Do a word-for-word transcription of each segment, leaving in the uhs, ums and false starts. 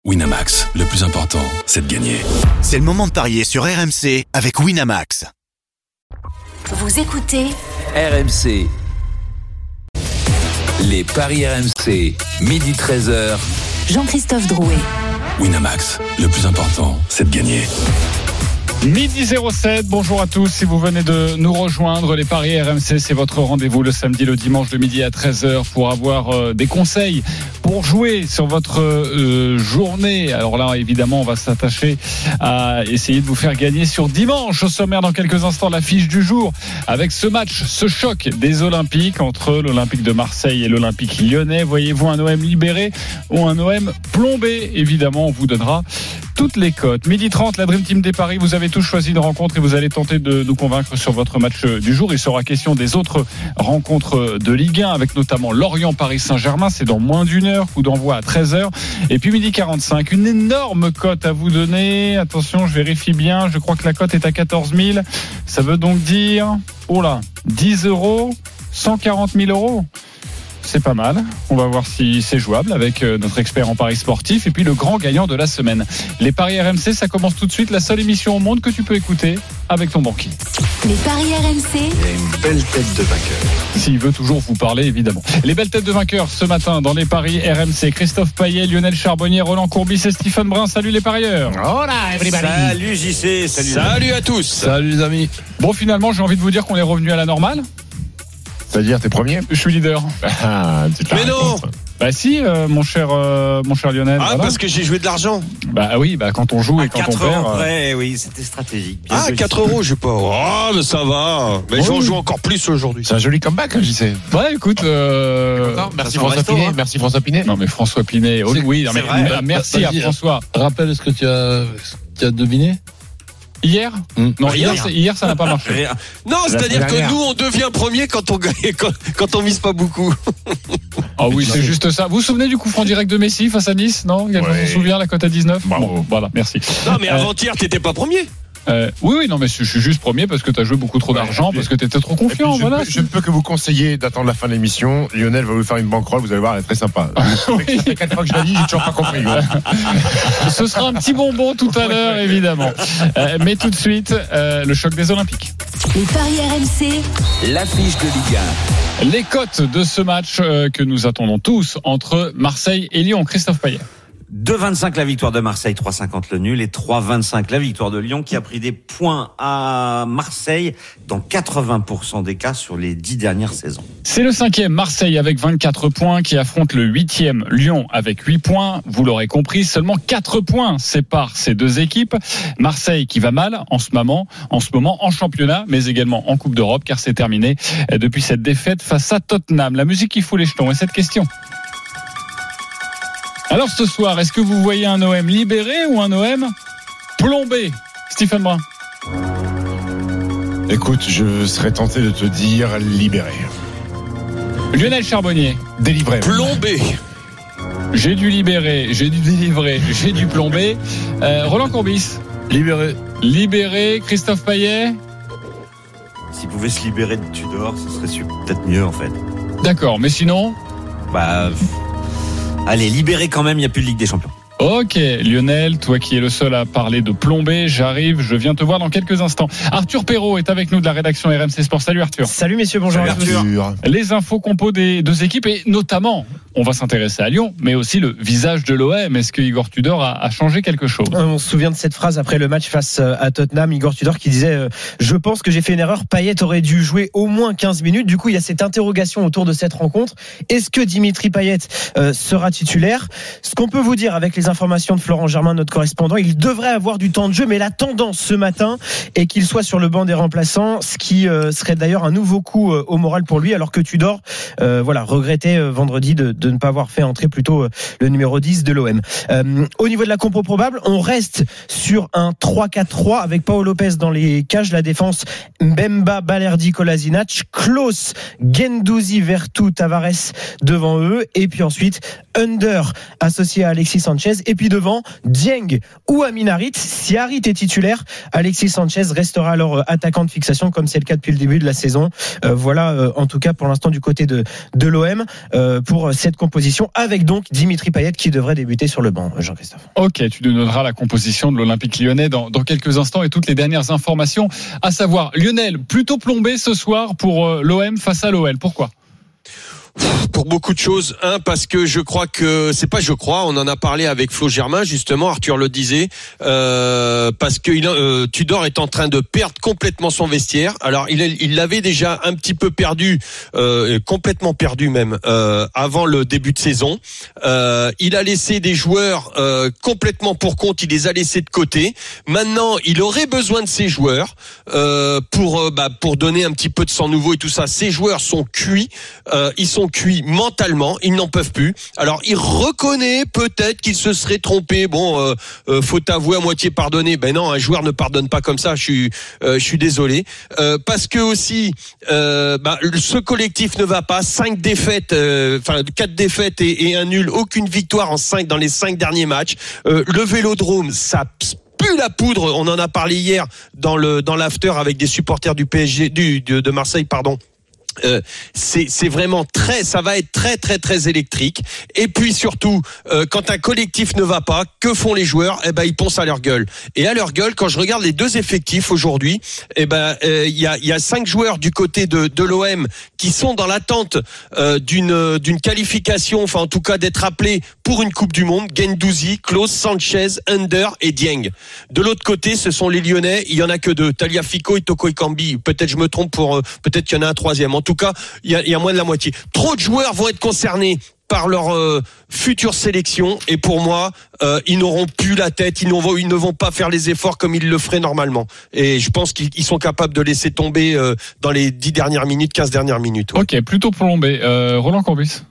Winamax, le plus important, c'est de gagner. C'est le moment de parier sur R M C avec Winamax. Vous écoutez R M C. Les paris R M C, midi treize heures. Jean-Christophe Drouet. Winamax, le plus important, c'est de gagner. Midi zéro sept, bonjour à tous. Si vous venez de nous rejoindre, les paris R M C, c'est votre rendez-vous le samedi, le dimanche de midi à treize heures pour avoir euh, des conseils pour jouer sur votre euh, journée. Alors là, évidemment, on va s'attacher à essayer de vous faire gagner sur dimanche. Au sommaire, dans quelques instants, l'affiche du jour avec ce match, ce choc des Olympiques entre l'Olympique de Marseille et l'Olympique lyonnais. Voyez-vous un O M libéré ou un O M plombé? Évidemment, on vous donnera toutes les cotes. Midi trente, la Dream Team des paris. Vous avez tous choisi une rencontre et vous allez tenter de nous convaincre sur votre match du jour. Il sera question des autres rencontres de Ligue un avec notamment Lorient-Paris Saint-Germain. C'est dans moins d'une heure. Coup d'envoi à treize heures. Et puis midi quarante-cinq, une énorme cote à vous donner. Attention, je vérifie bien. Je crois que la cote est à quatorze mille. Ça veut donc dire, oh là, dix euros, cent quarante mille euros. C'est pas mal. On va voir si c'est jouable avec notre expert en paris sportif et puis le grand gagnant de la semaine. Les paris R M C, ça commence tout de suite. La seule émission au monde que tu peux écouter avec ton banquier. Les paris R M C. Il y a une belle tête de vainqueur. S'il veut toujours vous parler, évidemment. Les belles têtes de vainqueurs ce matin dans les paris R M C. Christophe Payet, Lionel Charbonnier, Roland Courbis et Stephen Brun. Salut les parieurs. Hola everybody. Salut J C, salut. Salut à tous. Salut les amis. Bon, finalement, j'ai envie de vous dire qu'on est revenu à la normale. C'est-à-dire, t'es premier? Je suis leader. Ah, Mais non. Bah si, euh, mon cher, euh, mon cher Lionel. Ah, voilà. parce que j'ai joué de l'argent. Bah oui, bah quand on joue à et quand on quatre perd. euros euh... près, oui, c'était stratégique. Bien Ah, joué, quatre J C. euros, je sais pas. Oh, mais ça va. Mais Oui. j'en joue encore plus aujourd'hui. c'est un joli comeback, hein, J C. Ouais, écoute. Euh... Merci Ça François resto, Pinet. hein. Merci François Pinet. Non mais François Pinet. Oh, C'est- oui, non, mais, c'est vrai. mais- merci à Vas-y, François. Rappelle ce que tu as, ce que tu as deviné. Hier Hum. Non, Rien. hier, c'est- hier ça n'a pas marché. Rien. Non, c'est-à-dire semaine que dernière. nous, on devient premier quand on gagne, quand, quand on mise pas beaucoup. Ah oui, c'est juste ça. Vous vous souvenez du coup franc direct de Messi face à Nice? Non, quelqu'un Ouais. s'en souvient, la cote à dix-neuf. Bravo. Bon, voilà, merci. Non, mais Euh, avant-hier, t'étais pas premier. Euh, oui, oui, non, mais je suis juste premier parce que tu as joué beaucoup trop d'argent, Ouais, parce que tu étais trop Et puis, confiant. je, Voilà. peux, je ne peux que vous conseiller d'attendre la fin de l'émission. Lionel va vous faire une banquerolle, vous allez voir, elle est très sympa. Ça fait- ça fait quatre fois que je l'ai dit, j'ai toujours pas compris. Ouais. Ce sera un petit bonbon tout à l'heure, évidemment. Euh, mais tout de suite, euh, le choc des Olympiques. Les paris R M C. L'affiche de Ligue un. Les cotes de ce match euh, que nous attendons tous entre Marseille et Lyon. Christophe Payet. deux vingt-cinq la victoire de Marseille, trois cinquante le nul et trois vingt-cinq la victoire de Lyon qui a pris des points à Marseille dans quatre-vingts pour cent des cas sur les dix dernières saisons. C'est le cinquième Marseille avec vingt-quatre points qui affronte le huitième Lyon avec huit points. Vous l'aurez compris, seulement quatre points séparent ces deux équipes. Marseille qui va mal en ce moment, en ce moment en championnat, mais également en Coupe d'Europe car c'est terminé depuis cette défaite face à Tottenham. La musique qui fout les jetons et cette question. Alors ce soir, est-ce que vous voyez un O M libéré ou un O M plombé? Stephen Brun. Écoute, je serais tenté de te dire libéré. Lionel Charbonnier. Délivré. Plombé. J'ai dû libérer, j'ai dû délivrer, j'ai dû plomber. Euh, Roland Courbis. Libéré. Libéré. Christophe Payet. S'ils pouvaient se libérer de Tudor, ce serait su- peut-être mieux en fait. D'accord, mais sinon. Bah, pff, allez, libéré quand même, il n'y a plus de Ligue des Champions. Ok, Lionel, toi qui es le seul à parler de plomber, j'arrive, je viens te voir dans quelques instants. Arthur Perrault est avec nous de la rédaction R M C Sport. Salut Arthur. Salut messieurs, bonjour à tous. Arthur. Les infos compos des deux équipes et notamment, on va s'intéresser à Lyon, mais aussi le visage de l'O M. Est-ce que Igor Tudor a, a changé quelque chose? On se souvient de cette phrase après le match face à Tottenham, Igor Tudor qui disait euh, je pense que j'ai fait une erreur, Payet aurait dû jouer au moins quinze minutes. Du coup, il y a cette interrogation autour de cette rencontre. Est-ce que Dimitri Payet euh, sera titulaire? Ce qu'on peut vous dire avec les informations de Florent Germain, notre correspondant, il devrait avoir du temps de jeu, mais la tendance ce matin est qu'il soit sur le banc des remplaçants, ce qui euh, serait d'ailleurs un nouveau coup euh, au moral pour lui, alors que Tudor euh, voilà, regrettait euh, vendredi de, de ne pas avoir fait entrer plutôt euh, le numéro dix de l'O M. Euh, au niveau de la compo probable, on reste sur un trois quatre trois avec Pau Lopez dans les cages, la défense Mbemba, Balerdi, Kolasinac, Klose, Guendouzi, Vertu, Tavares devant eux, et puis ensuite Under associé à Alexis Sanchez, et puis devant Dieng ou Amin Harit. Si Harit est titulaire, Alexis Sanchez restera alors attaquant de fixation comme c'est le cas depuis le début de la saison. Euh, voilà euh, en tout cas pour l'instant du côté de, de l'O M euh, pour cette cette composition, avec donc Dimitri Payet qui devrait débuter sur le banc, Jean-Christophe. Ok, tu nous donneras la composition de l'Olympique Lyonnais dans, dans quelques instants et toutes les dernières informations, à savoir Lionel, plutôt plombé ce soir pour euh, l'O M face à l'O L. Pourquoi ? Pour beaucoup de choses. Un, parce que je crois que c'est pas je crois, on en a parlé avec Flo Germain justement, Arthur le disait, euh, parce que il, euh, Tudor est en train de perdre complètement son vestiaire. Alors il il l'avait déjà un petit peu perdu, euh, complètement perdu même euh, avant le début de saison. Euh, il a laissé des joueurs euh, complètement pour compte, il les a laissés de côté. Maintenant, il aurait besoin de ces joueurs euh, pour euh, bah, pour donner un petit peu de sang nouveau et tout ça. Ces joueurs sont cuits, euh, ils sont cuits mentalement, ils n'en peuvent plus. Alors il reconnaît peut-être qu'il se serait trompé. Bon, euh, euh, faut avouer à moitié pardonner. Ben non, un joueur ne pardonne pas comme ça. Je suis, euh, je suis désolé. Euh, parce que aussi, euh, bah, ce collectif ne va pas. Cinq défaites, enfin euh, quatre défaites et, et un nul, aucune victoire en cinq dans les cinq derniers matchs. Euh, le Vélodrome, ça pue la poudre. On en a parlé hier dans le dans l'after avec des supporters du P S G, du de, de Marseille, pardon. Euh, c'est, c'est vraiment très, ça va être très très très électrique. Et puis surtout, euh, quand un collectif ne va pas, que font les joueurs ? Eh ben ils poncent à leur gueule. Et à leur gueule, quand je regarde les deux effectifs aujourd'hui, eh ben il euh, y a il y a cinq joueurs du côté de de l'O M qui sont dans l'attente euh, d'une d'une qualification, enfin en tout cas d'être appelés pour une Coupe du Monde. Guendouzi, Klose, Sanchez, Under et Dieng. De l'autre côté, ce sont les Lyonnais. Il y en a que deux, Tagliafico et Toko Ekambi. Peut-être je me trompe pour, euh, peut-être qu'il y en a un troisième. En tout cas, il y a, il y a moins de la moitié. Trop de joueurs vont être concernés par leur euh, future sélection et pour moi, euh, ils n'auront plus la tête, ils, n'ont, ils ne vont pas faire les efforts comme ils le feraient normalement. Et je pense qu'ils sont capables de laisser tomber euh, dans les dix dernières minutes, quinze dernières minutes. Ouais. Ok, plutôt plombé. Euh, Roland Courbis.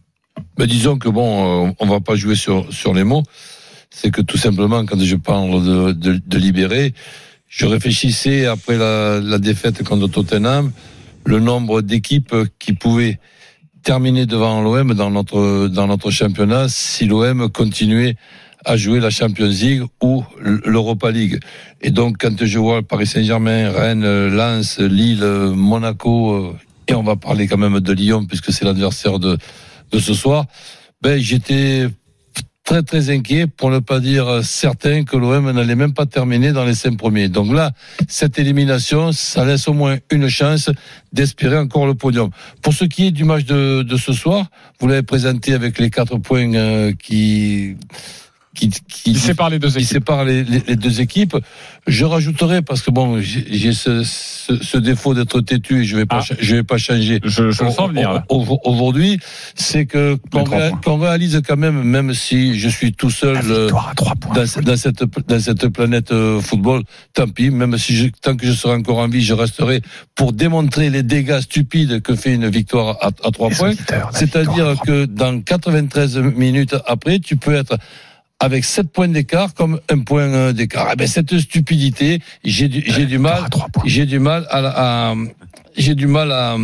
Ben disons que bon, euh, on va pas jouer sur sur les mots. C'est que tout simplement, quand je parle de, de, de libérer, je réfléchissais après la, la défaite contre Tottenham, le nombre d'équipes qui pouvaient terminer devant l'O M dans notre dans notre championnat si l'O M continuait à jouer la Champions League ou l'Europa League. Et donc, quand je vois Paris Saint-Germain, Rennes, Lens, Lille, Monaco, et on va parler quand même de Lyon puisque c'est l'adversaire de de ce soir, ben j'étais très très inquiet, pour ne pas dire certain, que l'O M n'allait même pas terminer dans les cinq premiers. Donc là, cette élimination, ça laisse au moins une chance d'espérer encore le podium. Pour ce qui est du match de, de ce soir, vous l'avez présenté avec les quatre points euh, qui... Qui, qui, qui sépare les deux équipes. Qui sépare les, les, les deux équipes. Je rajouterai parce que bon, j'ai, j'ai ce, ce, ce défaut d'être têtu et je vais pas, ah. je vais pas changer. Je, je le sens venir là. Aujourd'hui, c'est que qu'on, ré, qu'on réalise quand même, même si je suis tout seul dans, dans cette dans cette planète football, tant pis. Même si je, tant que je serai encore en vie, je resterai pour démontrer les dégâts stupides que fait une victoire à, à trois points. C'est-à-dire que dans quatre-vingt-treize minutes après, tu peux être avec sept points d'écart comme un point d'écart. Eh ben, cette stupidité, j'ai du, j'ai du mal, j'ai du mal à, à j'ai du mal à,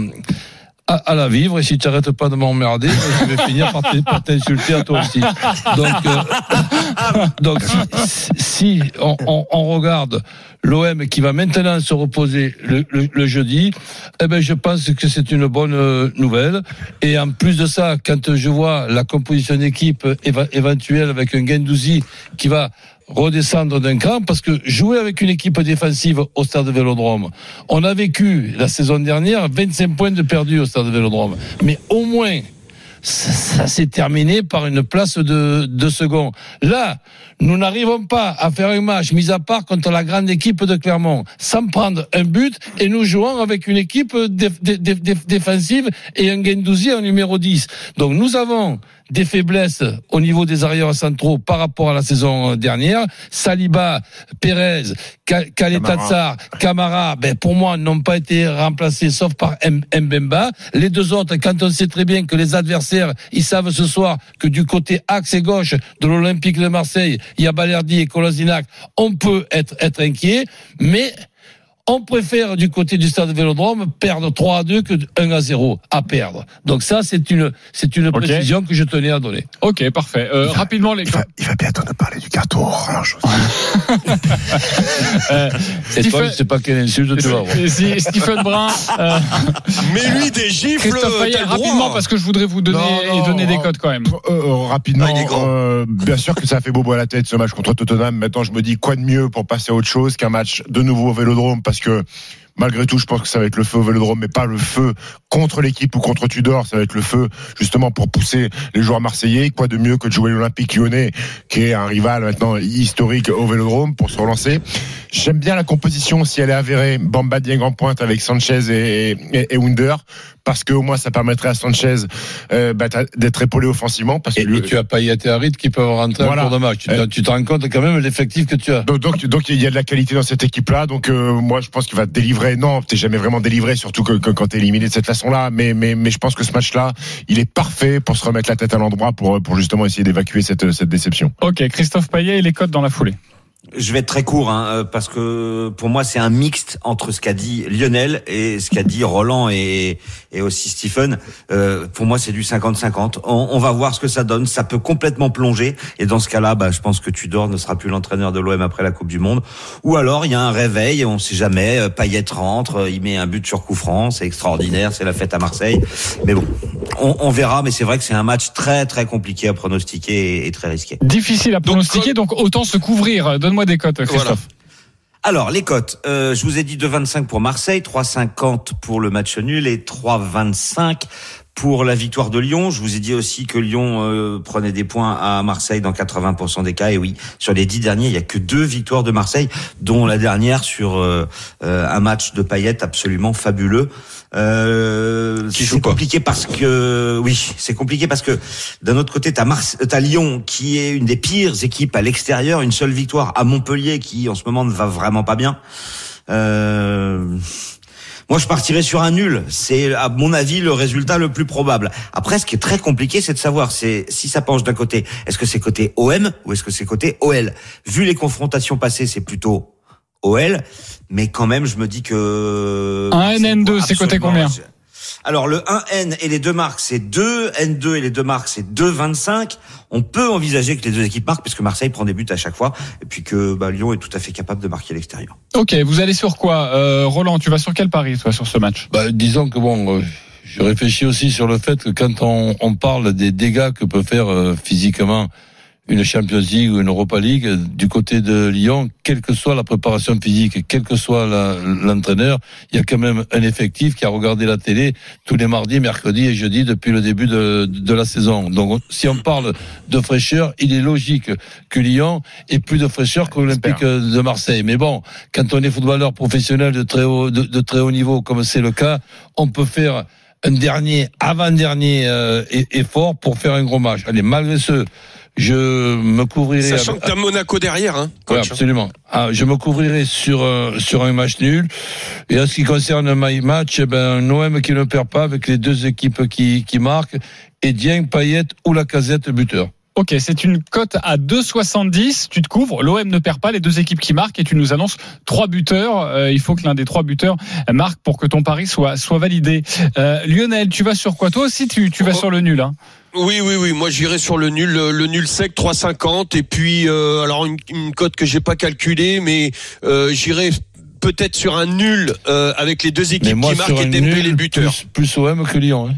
à, à la vivre. Et si tu n'arrêtes pas de m'emmerder, je vais finir par, par t'insulter à toi aussi. Donc, euh, donc si, si on, on, on regarde l'O M qui va maintenant se reposer le, le, le jeudi, eh ben je pense que c'est une bonne nouvelle. Et en plus de ça, quand je vois la composition d'équipe éva- éventuelle avec un Guendouzi qui va redescendre d'un cran, parce que jouer avec une équipe défensive au Stade Vélodrome, on a vécu la saison dernière vingt-cinq points de perdus au Stade Vélodrome, mais au moins ça, ça s'est terminé par une place de, de second. Là, nous n'arrivons pas à faire un match, mis à part contre la grande équipe de Clermont, sans prendre un but, et nous jouons avec une équipe déf, déf, déf, défensive et un Guendouzi en numéro dix. Donc nous avons des faiblesses au niveau des arrières centraux par rapport à la saison dernière. Saliba, Pérez, Kaletatsar, Camara, ben pour moi n'ont pas été remplacés sauf par Mbemba. Les deux autres, quand on sait très bien que les adversaires, ils savent ce soir que du côté axe et gauche de l'Olympique de Marseille, il y a Balerdi et Kolasinac, on peut être être inquiet, mais on préfère du côté du Stade Vélodrome perdre trois à deux que un à zéro à perdre. Donc ça, c'est une, c'est une okay. précision que je tenais à donner. Ok, parfait. Euh, il va, rapidement, les il va, il va bientôt nous parler du carton orange. Euh, Et Stephen- toi, je sais pas quelle insulte tu vas avoir. Si- Stephen Brun, euh, Mais lui, des gifles. Christophe Payet, t'as le droit. rapidement, parce que je voudrais vous donner, Non, non, donner des non. codes quand même. Euh, euh, rapidement, Ah, il est grand. euh, bien sûr que ça a fait bobo à la tête ce match contre Tottenham. Maintenant, je me dis quoi de mieux pour passer à autre chose qu'un match de nouveau au Vélodrome, parce que malgré tout, je pense que ça va être le feu au Vélodrome, mais pas le feu contre l'équipe ou contre Tudor. Ça va être le feu justement pour pousser les joueurs marseillais. Quoi de mieux que de jouer l'Olympique Lyonnais, qui est un rival maintenant historique au Vélodrome, pour se relancer. J'aime bien la composition si elle est avérée. Bamba Dieng en pointe avec Sanchez et, et, et Wunder, parce que au moins ça permettrait à Sanchez euh, bah, d'être épaulé offensivement. Parce que Et, le- et tu as Payet et Harit qui peuvent rentrer Voilà. en cours de match. Tu, te- Euh, tu te rends compte quand même de l'effectif que tu as. Donc, donc, donc, il y a de la qualité dans cette équipe-là. Donc, euh, moi, je pense qu'il va délivrer. Non, t'es jamais vraiment délivré, surtout que, que quand t'es éliminé de cette façon-là. Mais, mais, mais je pense que ce match-là, il est parfait pour se remettre la tête à l'endroit, pour, pour justement essayer d'évacuer cette, cette déception. Ok, Christophe Payet et les codes dans la foulée. Je vais être très court, hein, euh, parce que pour moi c'est un mixte entre ce qu'a dit Lionel et ce qu'a dit Roland et, et aussi Stephen. Euh, pour moi c'est du cinquante cinquante. On, on va voir ce que ça donne. Ça peut complètement plonger. Et dans ce cas-là, bah, je pense que Tudor ne sera plus l'entraîneur de l'O M après la Coupe du Monde. Ou alors il y a un réveil, on ne sait jamais. euh, Payet rentre, il met un but sur coup franc, c'est extraordinaire, c'est la fête à Marseille. Mais bon, on, on verra. Mais c'est vrai que c'est un match très très compliqué à pronostiquer et, et très risqué. Difficile à pronostiquer, donc, autant se couvrir. Donne-moi des cotes, Christophe. Voilà. Alors, les cotes. Euh, je vous ai dit deux vingt-cinq pour Marseille, trois cinquante pour le match nul et trois vingt-cinq pour la victoire de Lyon. Je vous ai dit aussi que Lyon euh, prenait des points à Marseille dans quatre-vingts pour cent des cas. Et oui, sur les dix derniers, il y a que deux victoires de Marseille, dont la dernière sur euh, euh, un match de Payet absolument fabuleux. Euh, c'est compliqué parce que oui, c'est compliqué parce que d'un autre côté, t'as Mars, t'as Lyon qui est une des pires équipes à l'extérieur, une seule victoire à Montpellier qui en ce moment ne va vraiment pas bien. Euh, moi, je partirais sur un nul. C'est, à mon avis, le résultat le plus probable. Après, ce qui est très compliqué, c'est de savoir c'est si ça penche d'un côté, est-ce que c'est côté O M ou est-ce que c'est côté O L. Vu les confrontations passées, c'est plutôt O L, mais quand même, je me dis que un N N deux, c'est côté combien? Alors le un N et les deux marques, c'est deux, N deux et les deux marques, c'est deux vingt-cinq. On peut envisager que les deux équipes marquent, puisque Marseille prend des buts à chaque fois, et puis que bah, Lyon est tout à fait capable de marquer à l'extérieur. Ok, vous allez sur quoi, euh, Roland? Tu vas sur quel pari, toi, sur ce match? Bah, disons que bon, euh, je réfléchis aussi sur le fait que quand on, on parle des dégâts que peut faire euh, physiquement une Champions League ou une Europa League, du côté de Lyon, quelle que soit la préparation physique, quel que soit la, l'entraîneur, il y a quand même un effectif qui a regardé la télé tous les mardis, mercredis et jeudis depuis le début de, de la saison. Donc, si on parle de fraîcheur, il est logique que Lyon ait plus de fraîcheur que l'Olympique de Marseille. Mais bon, quand on est footballeur professionnel de très haut, de, de très haut niveau, comme c'est le cas, on peut faire un dernier, avant-dernier euh, effort pour faire un gros match. Allez, malgré ce, je me couvrirai. Sachant avec, que t'as Monaco derrière, hein. Oui, absolument. Ah, je me couvrirai sur euh, sur un match nul. Et en ce qui concerne my match, eh ben un O M qui ne perd pas avec les deux équipes qui qui marquent et Dieng, Payet ou Lacazette buteur. Ok, c'est une cote à deux soixante-dix. Tu te couvres. L'O M ne perd pas, les deux équipes qui marquent, et tu nous annonces trois buteurs. Euh, il faut que l'un des trois buteurs marque pour que ton pari soit soit validé. Euh, Lionel, tu vas sur quoi? Toi aussi, tu tu vas Oh. sur le nul, hein? Oui, oui, oui. Moi, j'irai sur le nul, le, le nul sec, trois cinquante. Et puis, euh, alors une, une cote que j'ai pas calculée, mais euh, j'irai peut-être sur un nul euh, avec les deux équipes moi, qui marquent et Dembélé buteur. Plus, plus O M que Lyon. Hein.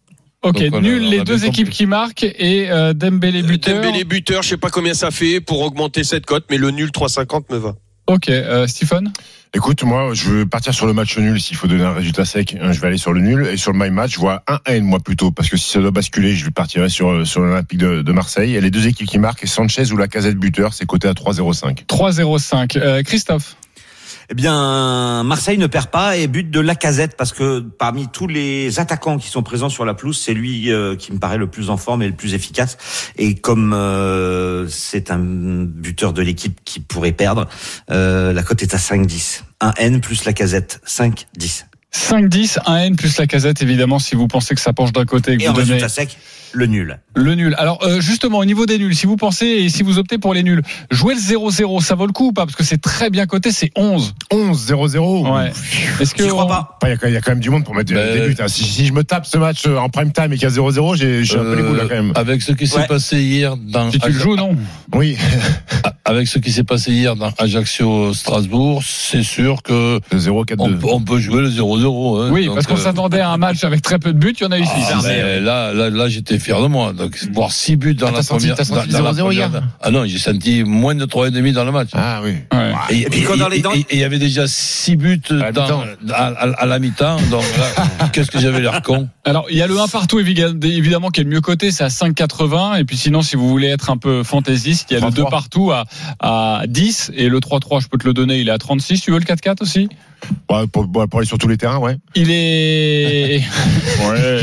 Ok, Donc, nul on a, on les a deux équipes compris. qui marquent et euh, Dembélé buteur. Dembélé buteur, je sais pas combien ça fait pour augmenter cette cote, mais le nul trois cinquante me va. Ok, euh, Stephen. Écoute, moi, je veux partir sur le match nul. S'il faut donner un résultat sec, je vais aller sur le nul. Et sur le my match, je vois un N, moi, plutôt. Parce que si ça doit basculer, je partirai sur, sur l'Olympique de, de Marseille. Et les deux équipes qui marquent, Sanchez ou Lacazette buteur, c'est coté à trois zéro cinq. trois zéro cinq. Euh, Christophe. Eh bien, Marseille ne perd pas et but de Lacazette parce que parmi tous les attaquants qui sont présents sur la pelouse, c'est lui euh, qui me paraît le plus en forme et le plus efficace. Et comme euh, c'est un buteur de l'équipe qui pourrait perdre, euh, la cote est à cinq dix. Un N plus Lacazette, cinq dix. cinq dix, un N plus Lacazette, évidemment, si vous pensez que ça penche d'un côté et que Et vous en donnez résultat sec, le nul. le nul. Alors, euh, justement, au niveau des nuls, si vous pensez et si vous optez pour les nuls, jouer le zéro zéro, ça vaut le coup ou pas? Parce que c'est très bien coté, c'est onze. onze zéro zéro. Ouais. Est-ce que J'y crois on- pas. Il y, a quand- il y a quand même du monde pour mettre Ben, des buts. Hein. Si, si je me tape ce match en prime time et qu'il y a zéro zéro, j'ai, j'ai un peu les boules là quand même. Avec ce qui s'est Ouais. passé hier dans Si tu le joues, non? Oui. avec ce qui s'est passé hier dans Ajaccio-Strasbourg, c'est sûr que le zéro quatre deux. On, on peut jouer le zéro zéro. Hein, oui, donc, parce qu'on euh... s'attendait à un match avec très peu de buts, il y en a eu six. Ah, mais là, là, là, j'étais fier de moi. Donc, voir six buts dans ah, la senti, première. T'as senti dans, zéro dans zéro hier. Ah non, j'ai senti moins de trois virgule cinq dans le match. Ah oui. Ouais. Et, et puis quand et, dans les dents, et il y avait déjà six buts à, dans, à, à, à la mi-temps. Donc là, qu'est-ce que j'avais l'air con. Alors, il y a le un partout évidemment qui est le mieux coté, c'est à cinq quatre-vingts. Et puis sinon, si vous voulez être un peu fantaisiste, il y a le deux partout à, à dix. Et le trois trois, je peux te le donner, il est à trente-six. Tu veux le quatre quatre aussi? Ouais, pour, pour aller sur tous les terrains, ouais. Il est. ouais.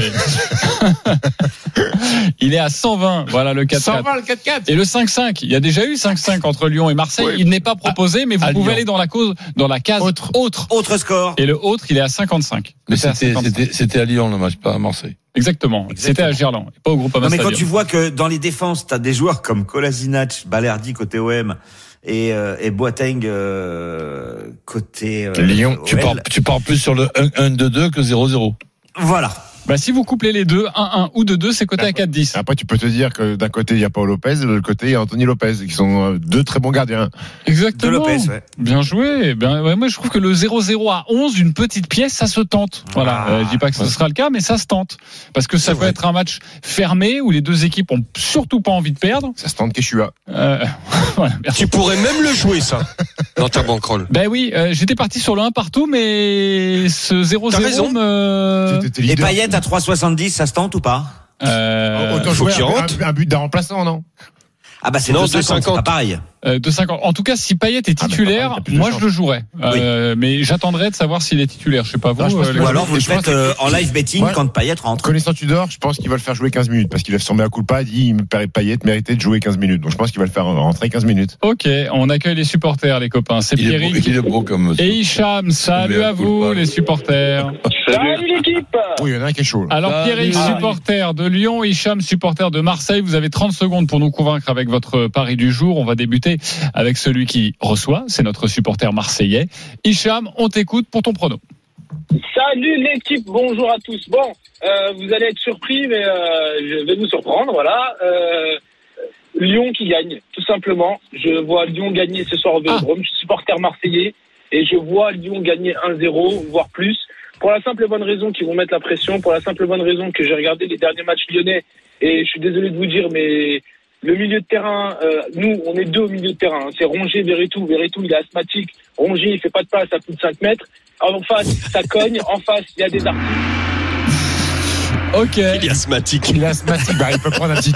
Il est à cent vingt. Voilà le quatre quatre. cent vingt le quatre quatre. Et le cinq cinq. Il y a déjà eu cinq cinq entre Lyon et Marseille. Ouais. Il n'est pas proposé, mais vous à pouvez Lyon. Aller dans la cause, dans la case autre. Autre. Autre score. Et le autre, il est à cinquante-cinq. Mais c'était, c'était, c'était à Lyon le match, pas à Marseille. Exactement. Exactement. C'était à Gerland, pas au Groupama Stadium. Mais quand tu vois que dans les défenses, t'as des joueurs comme Kolasinac, Balerdi côté O M. Et, euh, et Boateng euh, côté euh, Lyon. Tu pars, tu pars plus sur le un deux deux que zéro zéro. Voilà. Bah, si vous couplez les deux, un un ou deux deux, c'est coté à quatre dix. Après, tu peux te dire que d'un côté, il y a Paul Lopez, de l'autre côté, il y a Anthony Lopez, qui sont deux très bons gardiens. Exactement. De Lopez, ouais. Bien joué. Bien, ouais, moi, je trouve que le zéro zéro à onze, une petite pièce, ça se tente. Voilà. Ah, euh, je dis pas que ce ouais. sera le cas, mais ça se tente. Parce que ça c'est peut vrai. Être un match fermé où les deux équipes ont surtout pas envie de perdre. Ça se tente Keshua. Euh, voilà, tu pourrais même le jouer, ça, dans ta bankroll. Ben oui, euh, j'étais parti sur le un partout, mais ce zéro zéro me... Et Payet à trois soixante-dix, ça se tente ou pas? Euh, Autant jouer un, un, un but d'un remplaçant, non? Ah bah c'est deux cinquante, c'est pas pareil. Euh, deux cinquante. En tout cas, si Payet est titulaire, ah, moi je le jouerais. Oui. Euh, mais j'attendrais de savoir s'il est titulaire. Je sais pas vous. Non, euh, ou alors vous le faites euh, en live betting ouais. quand Payet rentre. Connaissant Tudor, je pense qu'il va le faire jouer quinze minutes parce qu'il a son mea culpa, dit Payet méritait de jouer quinze minutes. Donc je pense qu'il va le faire rentrer quinze minutes. Ok, on accueille les supporters, les copains. C'est Pierrick et Hicham. Salut à vous, les supporters. Salut l'équipe. Oui, il y en a un qui est chaud. Alors Pierrick, supporter de Lyon, Hicham, supporter de Marseille. Vous avez trente secondes pour nous convaincre avec votre pari du jour. On va débuter avec celui qui reçoit, c'est notre supporter marseillais. Hicham, on t'écoute pour ton prono. Salut l'équipe, bonjour à tous. Bon, euh, vous allez être surpris, mais euh, je vais vous surprendre, voilà. Euh, Lyon qui gagne, tout simplement. Je vois Lyon gagner ce soir au Vélodrome. Ah. Je suis supporter marseillais et je vois Lyon gagner un zéro, voire plus. Pour la simple et bonne raison qu'ils vont mettre la pression, pour la simple et bonne raison que j'ai regardé les derniers matchs lyonnais et je suis désolé de vous dire, mais le milieu de terrain, euh, nous, on est deux au milieu de terrain. C'est Rongier, Verretou. Verretou, il est asthmatique. Rongier, il fait pas de passe à plus de cinq mètres. En face, ça cogne. En face, il y a des artistes. Ok. Il est asthmatique. Il est asthmatique. Bah, il peut prendre un petit.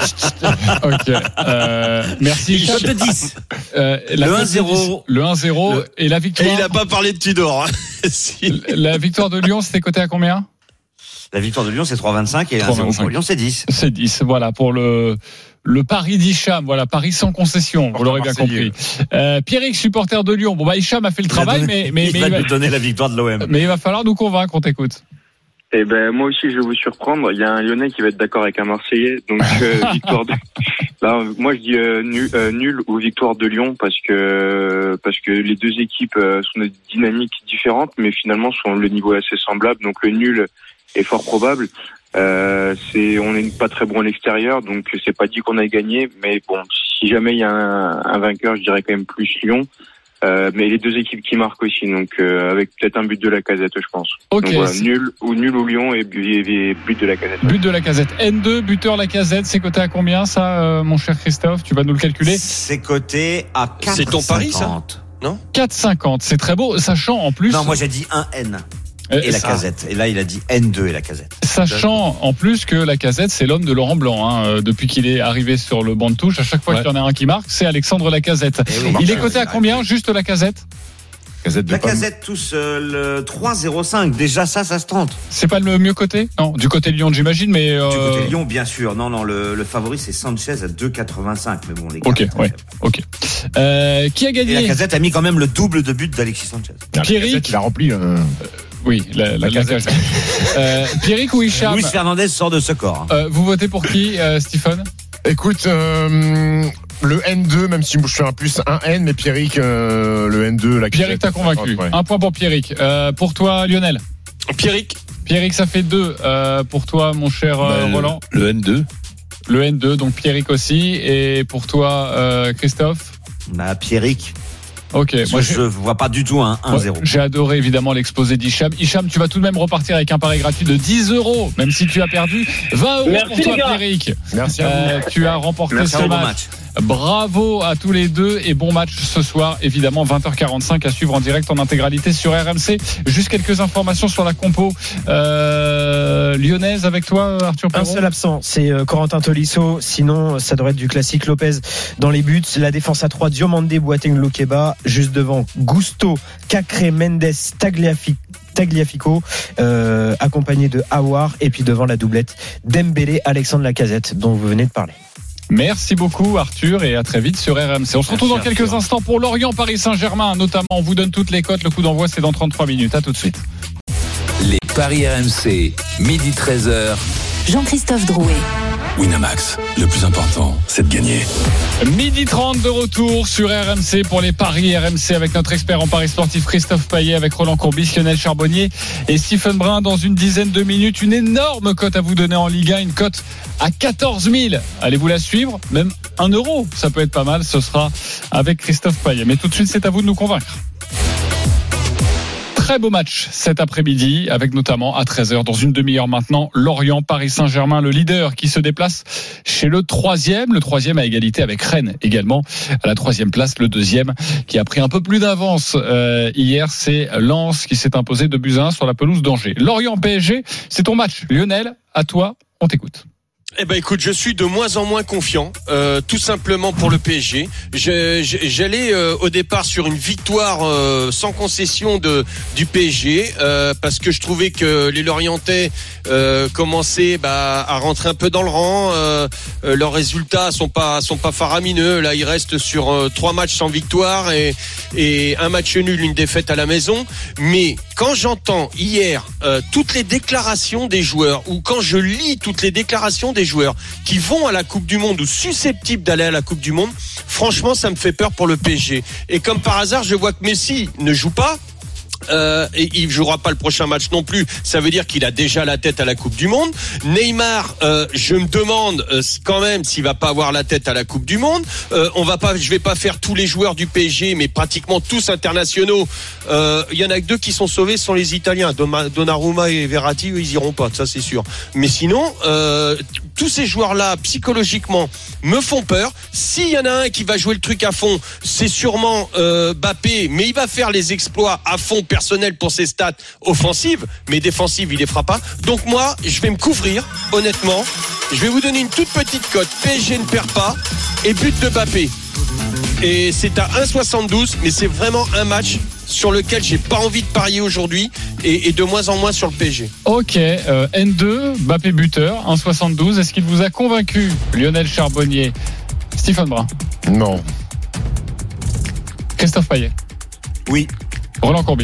Ok. Euh, merci. Il chope de dix. Euh, le un zéro. Le un zéro. Le... Et la victoire. Et il a pas parlé de Tudor. Hein. si. La victoire de Lyon, c'était coté à combien? La victoire de Lyon, c'est trois vingt-cinq et le un zéro pour Lyon, c'est dix. C'est dix. Voilà, pour le, le pari d'Hicham. Voilà, pari sans concession. Vous l'aurez bien compris. Euh, Pierrick, supporter de Lyon. Bon, bah, Hicham a fait le travail, donné, mais, mais, il mais va il va... lui donner la victoire de l'O M. Mais il va falloir nous convaincre, on t'écoute. Eh ben, moi aussi, je vais vous surprendre. Il y a un Lyonnais qui va être d'accord avec un Marseillais. Donc, euh, victoire de, là, moi, je dis, euh, nul, euh, nul ou victoire de Lyon parce que, parce que les deux équipes euh, sont de dynamiques différentes, mais finalement, sont le niveau assez semblable. Donc, le nul est fort probable. Euh, c'est, on n'est pas très bon à l'extérieur, donc c'est pas dit qu'on a gagné, mais bon, si jamais il y a un, un vainqueur, je dirais quand même plus Lyon. Euh, mais les deux équipes qui marquent aussi, donc euh, avec peut-être un but de la Casette, je pense. Ok. Donc voilà, nul ou nul ou Lyon et, et, et but de la Casette. But de la Casette. N deux, buteur la Casette, c'est coté à combien ça, euh, mon cher Christophe? Tu vas nous le calculer? C'est coté à quatre. C'est ton pari, ça? Non? quatre cinquante, c'est très beau, sachant en plus. Non, moi j'ai dit un N. Et la Casette. Et là, il a dit N deux et la Casette. Sachant en plus que la Casette, c'est l'homme de Laurent Blanc. Hein. Depuis qu'il est arrivé sur le banc de touche, à chaque fois ouais. qu'il y en a un qui marque, c'est Alexandre Lacazette. Oui, il est coté à combien, juste la Casette? Casette la Casette tout seul, euh, trois zéro cinq. Déjà, ça, ça se tente. C'est pas le mieux côté? Non, du côté Lyon, j'imagine, mais. Euh... Du côté Lyon, bien sûr. Non, non, le, le favori, c'est Sanchez à deux quatre-vingt-cinq. Mais bon, les gars. Ok, ouais, ok. Euh, qui a gagné? Et la Casette a mis quand même le double de but d'Alexis Sanchez. Pierrick. Il a rempli. Euh... Oui, la, la, la cage. Euh, Pierrick ou Hicham? Luis Fernandez sort de ce corps. Euh, vous votez pour qui, euh, Stephen? Écoute, euh, le N deux, même si je fais un plus un N, mais Pierrick, euh, le N deux, la Pierrick t'a convaincu. Ouais. Un point pour Pierrick. Euh, pour toi, Lionel? Pierrick. Pierrick, ça fait deux. Euh, pour toi, mon cher euh, bah, Roland? Le, le N deux. Le N deux, donc Pierrick aussi. Et pour toi, euh, Christophe? Bah, Pierrick. Ok, moi je vois pas du tout un un zéro. Ouais, j'ai adoré évidemment l'exposé d'Hicham. Hicham, tu vas tout de même repartir avec un pari gratuit de dix euros, même si tu as perdu vingt euros. Merci pour toi, les gars. Pierrick. Merci à vous. Euh, tu as remporté Merci, ce bon match. match. Bravo à tous les deux et bon match ce soir, évidemment vingt heures quarante-cinq à suivre en direct en intégralité sur R M C. Juste quelques informations sur la compo euh, lyonnaise avec toi, Arthur Un Perron. seul absent, c'est euh, Corentin Tolisso. Sinon, ça devrait être du classique. Lopez dans les buts. La défense à trois, Diomandé, Boateng, Lokeba. Juste devant, Gusto, Cacré, Mendes, Tagliafico. Tagliafico, euh, accompagné de Aouar, et puis devant la doublette Dembélé, Alexandre Lacazette, dont vous venez de parler. Merci beaucoup Arthur et à très vite sur R M C. On se retrouve dans quelques Arthur. instants pour Lorient Paris Saint-Germain notamment. On vous donne toutes les cotes. Le coup d'envoi c'est dans trente-trois minutes. À tout de suite. Les paris R M C, midi treize heures. Jean-Christophe Drouet. Winamax, le plus important, c'est de gagner. Midi trente de retour sur R M C pour les paris R M C avec notre expert en paris sportif Christophe Payet, avec Roland Courbis, Lionel Charbonnier et Stephen Brun. Dans une dizaine de minutes, une énorme cote à vous donner en Ligue un, une cote à quatorze mille. Allez-vous la suivre? Même un euro, ça peut être pas mal. Ce sera avec Christophe Payet. Mais tout de suite, c'est à vous de nous convaincre. Très beau match cet après-midi avec notamment à treize heures dans une demi-heure maintenant Lorient Paris Saint-Germain, le leader qui se déplace chez le troisième, le troisième à égalité avec Rennes également à la troisième place. Le deuxième qui a pris un peu plus d'avance euh, hier, c'est Lens qui s'est imposé de buts à un sur la pelouse d'Angers. Lorient P S G, c'est ton match. Lionel, à toi, on t'écoute. Eh ben écoute, je suis de moins en moins confiant, euh, tout simplement pour le P S G. Je, je, j'allais euh, au départ sur une victoire euh, sans concession de du P S G euh, parce que je trouvais que les Lorientais euh, commençaient bah, à rentrer un peu dans le rang. Euh, euh, leurs résultats sont pas sont pas faramineux. Là, ils restent sur euh, trois matchs sans victoire et et un match nul, une défaite à la maison. Mais quand j'entends hier euh, toutes les déclarations des joueurs, ou quand je lis toutes les déclarations des joueurs qui vont à la Coupe du Monde ou susceptibles d'aller à la Coupe du Monde, franchement, ça me fait peur pour le P S G. Et comme par hasard, je vois que Messi ne joue pas. Euh, et il jouera pas le prochain match non plus. Ça veut dire qu'il a déjà la tête à la Coupe du Monde. Neymar, euh, je me demande euh, quand même s'il va pas avoir la tête à la Coupe du Monde. Euh, on va pas, je vais pas faire tous les joueurs du P S G, mais pratiquement tous internationaux. Il euh, y en a que deux qui sont sauvés, ce sont les Italiens. Donnarumma et Verratti, eux, ils iront pas, ça c'est sûr. Mais sinon, euh, tous ces joueurs-là, psychologiquement, me font peur. S'il y en a un qui va jouer le truc à fond, c'est sûrement euh, Mbappé, mais il va faire les exploits à fond personnel pour ses stats offensives, mais défensives, il les fera pas. Donc moi, je vais me couvrir, honnêtement. Je vais vous donner une toute petite cote. P S G ne perd pas et but de Mbappé. Et c'est à un virgule soixante-douze, mais c'est vraiment un match sur lequel j'ai pas envie de parier aujourd'hui et, et de moins en moins sur le P S G. Ok, euh, N deux, Mbappé buteur, un virgule soixante-douze. Est-ce qu'il vous a convaincu, Lionel Charbonnier? Stephen Brun? Non. Christophe Payet? Oui. Roland Courbis?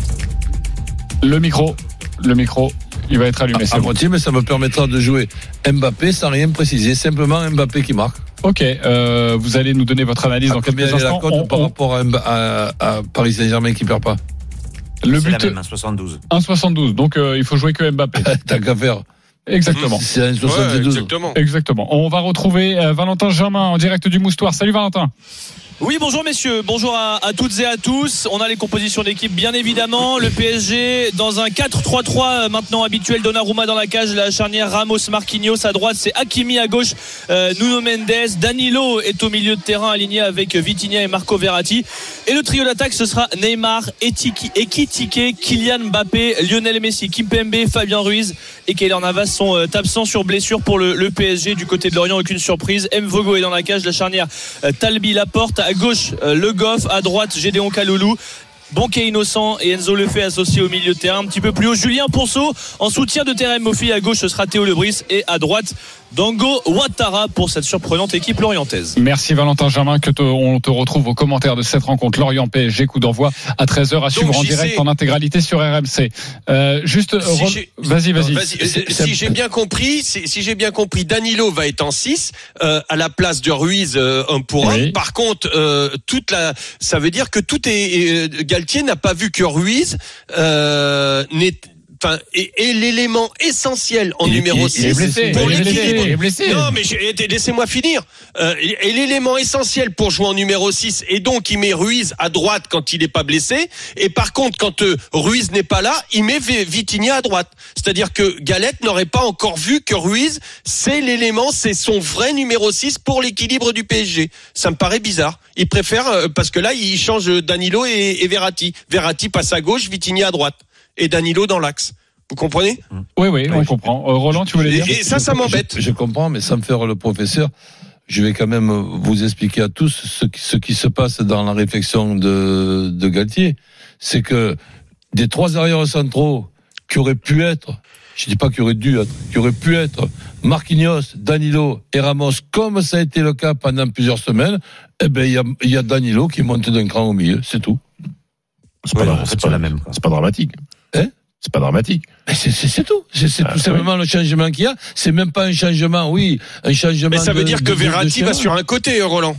Le micro, le micro, il va être allumé. À, à moitié, mais ça me permettra de jouer Mbappé sans rien préciser, simplement Mbappé qui marque. Ok, euh, vous allez nous donner votre analyse à dans quelques instants. Combien est la cote on, par on... rapport à, à, à Paris Saint-Germain qui perd pas? Le c'est but la même, un virgule soixante-douze. un virgule soixante-douze, donc euh, il faut jouer que Mbappé. T'as qu'à faire. Exactement. C'est un soixante-douze. Ouais, exactement. Exactement. On va retrouver euh, Valentin Germain en direct du Moustoir. Salut Valentin. Oui, bonjour messieurs, bonjour à, à toutes et à tous. On a les compositions d'équipe bien évidemment. Le P S G dans un quatre trois trois maintenant habituel. Donnarumma dans la cage, la charnière Ramos-Marquinhos à droite, c'est Hakimi à gauche, euh, Nuno Mendes, Danilo est au milieu de terrain aligné avec Vitinha et Marco Verratti. Et le trio d'attaque ce sera Neymar, Ekitike, Kylian Mbappé, Lionel Messi, Kimpembe, Fabien Ruiz et Keylor Navas sont euh, absents sur blessure pour le, le P S G. Du côté de Lorient, aucune surprise. Mvogo est dans la cage, la charnière euh, Talbi Laporte. À gauche, euh, Le Goff, à droite, Gédéon Kaloulou. Banquet Innocent et Enzo Lefebvre associés au milieu de terrain. Un petit peu plus haut, Julien Ponceau. En soutien de Terem Moffi, à gauche, ce sera Théo Lebris. Et à droite, Dango Ouattara pour cette surprenante équipe lorientaise. Merci Valentin Germain, que te, on te retrouve aux commentaires de cette rencontre. Lorient P S G, coup d'envoi à treize heures à suivre en direct sais. en intégralité sur R M C. Euh, juste, si re... vas-y, vas-y. vas-y. C'est, c'est... Si j'ai bien compris, si, si j'ai bien compris, Danilo va être en six euh, à la place de Ruiz euh, un pour un. Oui. Par contre, euh, toute la, ça veut dire que tout est, euh, Galtier n'a pas vu que Ruiz euh, n'est enfin, est, est l'élément essentiel en il numéro est, six. Il est blessé. Pour il, est l'équilibre. blessé. il est blessé. Non, mais je, laissez-moi finir. Euh, est l'élément essentiel pour jouer en numéro six. Et donc, il met Ruiz à droite quand il n'est pas blessé. Et par contre, quand euh, Ruiz n'est pas là, il met Vitinha à droite. C'est-à-dire que Galette n'aurait pas encore vu que Ruiz, c'est l'élément, c'est son vrai numéro six pour l'équilibre du P S G. Ça me paraît bizarre. Il préfère, euh, parce que là, il change Danilo et, et Verratti. Verratti passe à gauche, Vitinha à droite. Et Danilo dans l'axe. Vous comprenez ? Oui, oui, on comprend. Euh, Roland, tu voulais dire ? Et, et ça, ça m'embête. Je, je comprends, mais sans me faire le professeur, je vais quand même vous expliquer à tous ce qui, ce qui se passe dans la réflexion de, de Galtier. C'est que des trois arrières centraux qui auraient pu être, je dis pas qui auraient dû être, qui auraient pu être Marquinhos, Danilo et Ramos, comme ça a été le cas pendant plusieurs semaines, eh ben, il y a, il y a Danilo qui monte d'un cran au milieu, c'est tout. C'est pas, ouais, c'est pas, la même. C'est pas dramatique. Hein? C'est pas dramatique. Mais c'est, c'est, c'est tout. C'est, c'est ah, tout simplement oui. le changement qu'il y a. C'est même pas un changement, oui, un changement. Mais ça veut de, dire de, que de, Verratti de va sur un côté, Roland.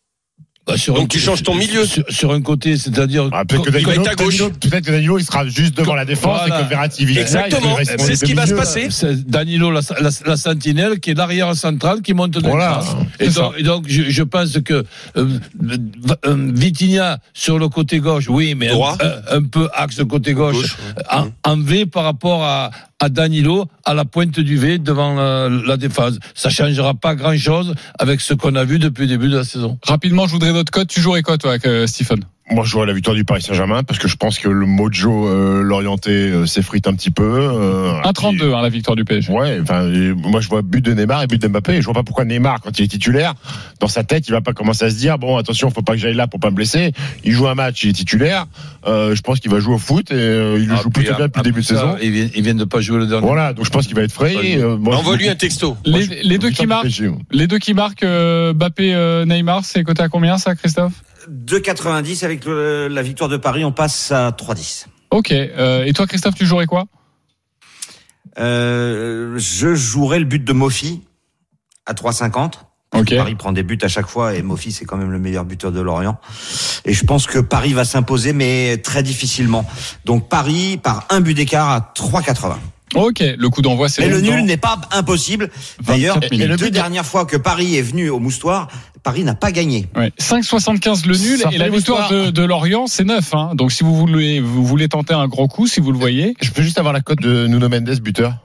Bah, sur Donc tu changes ton milieu sur, sur un côté, c'est-à-dire ah, peut-être, que Danilo, il va être à gauche. Danilo, peut-être que Danilo il sera juste devant la défense voilà. et que Verratti vite. Exactement, ça, c'est ce qui va se passer. C'est Danilo la, la, la sentinelle qui est l'arrière central qui monte de voilà. et, donc, et donc je, je pense que euh, euh, Vitinha sur le côté gauche, oui, mais un, un peu axe côté gauche, gauche ouais. en, en V par rapport à à Danilo à la pointe du V devant la, la défense. Ça changera pas grand-chose avec ce qu'on a vu depuis le début de la saison. Rapidement, je voudrais votre cote. Tu jouerais quoi, toi, avec euh, Stephen ? Moi, je jouerais la victoire du Paris Saint-Germain parce que je pense que le mojo euh, l'orienté euh, s'effrite un petit peu. Euh, un trente-deux, hein, la victoire du P S G. Ouais, enfin, moi je vois but de Neymar et but de Mbappé. Et je vois pas pourquoi Neymar, quand il est titulaire, dans sa tête, il va pas commencer à se dire bon, attention, faut pas que j'aille là pour pas me blesser. Il joue un match, il est titulaire. Euh, je pense qu'il va jouer au foot et euh, il le ah, joue plutôt bien depuis le début de saison. Il vient, il vient de pas jouer le dernier. Voilà, donc je pense qu'il va être frais. Euh, Envoie-lui un texto. Les, moi, je, les, deux qui marquent, les deux qui marquent, euh, Mbappé, euh, Neymar, c'est coté à combien ça, Christophe ? deux quatre-vingt-dix avec le, la victoire de Paris, on passe à trois dix. Ok. Euh, et toi, Christophe, tu jouerais quoi ? euh, Je jouerais le but de Mofi à trois cinquante. Okay. Paris prend des buts à chaque fois et Mofi c'est quand même le meilleur buteur de Lorient. Et je pense que Paris va s'imposer, mais très difficilement. Donc Paris par un but d'écart à trois quatre-vingts. Ok, le coup d'envoi c'est. Mais le nul n'est pas impossible. D'ailleurs, et les deux dernières fois que Paris est venu au Moustoir, Paris n'a pas gagné. Ouais. cinq soixante-quinze le nul et la victoire de, de Lorient c'est neuf. Hein. Donc si vous voulez, vous voulez tenter un gros coup, si vous le voyez. Je peux juste avoir la cote de Nuno Mendes buteur.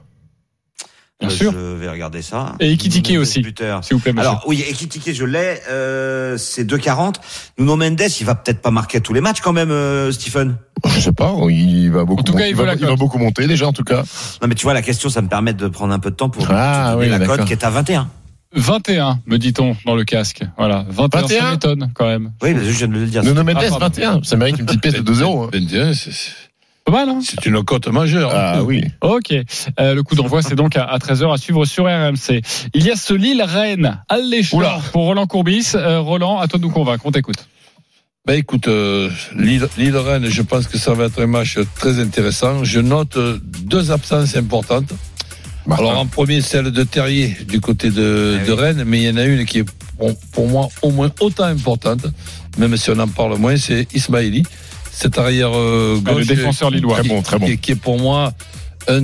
Bien euh, sûr. Je vais regarder ça. Et Ekitike aussi. Buteur. S'il vous plaît, monsieur. Alors oui, Ekitike je l'ai. Euh, c'est deux quarante. Nuno Mendes, il va peut-être pas marquer tous les matchs quand même, euh, Stephen. Je sais pas. Il va beaucoup. En tout cas, il, il, va, va, il va beaucoup monter déjà en tout cas. Non mais tu vois la question, ça me permet de prendre un peu de temps pour ah, donner oui, la d'accord. cote qui est à vingt et un. vingt et un, me dit-on dans le casque. Voilà, vingt et un, vingt et un ça m'étonne quand même. Oui, mais je viens de le dire. Nuno Mendes, ah, vingt et un, ça mérite une petite pièce de deux zéro. vingt et un, c'est pas mal, hein. C'est une cote majeure. Ah hein. Oui. Ok. Euh, le coup d'envoi, c'est donc à, à treize heures à suivre sur R M C. Il y a ce Lille-Rennes, alléchant pour Roland Courbis. Euh, Roland, à toi de nous convaincre. On t'écoute. Ben écoute, euh, Lille, Lille-Rennes, je pense que ça va être un match très intéressant. Je note deux absences importantes. Bah, Alors en premier, celle de Terrier du côté de, ah, de oui. Rennes, mais il y en a une qui est pour, pour moi au moins autant importante, même si on en parle moins, c'est Ismaili. Cet arrière euh, gauche, le défenseur lillois, qui, très bon, très bon. Qui, qui est pour moi un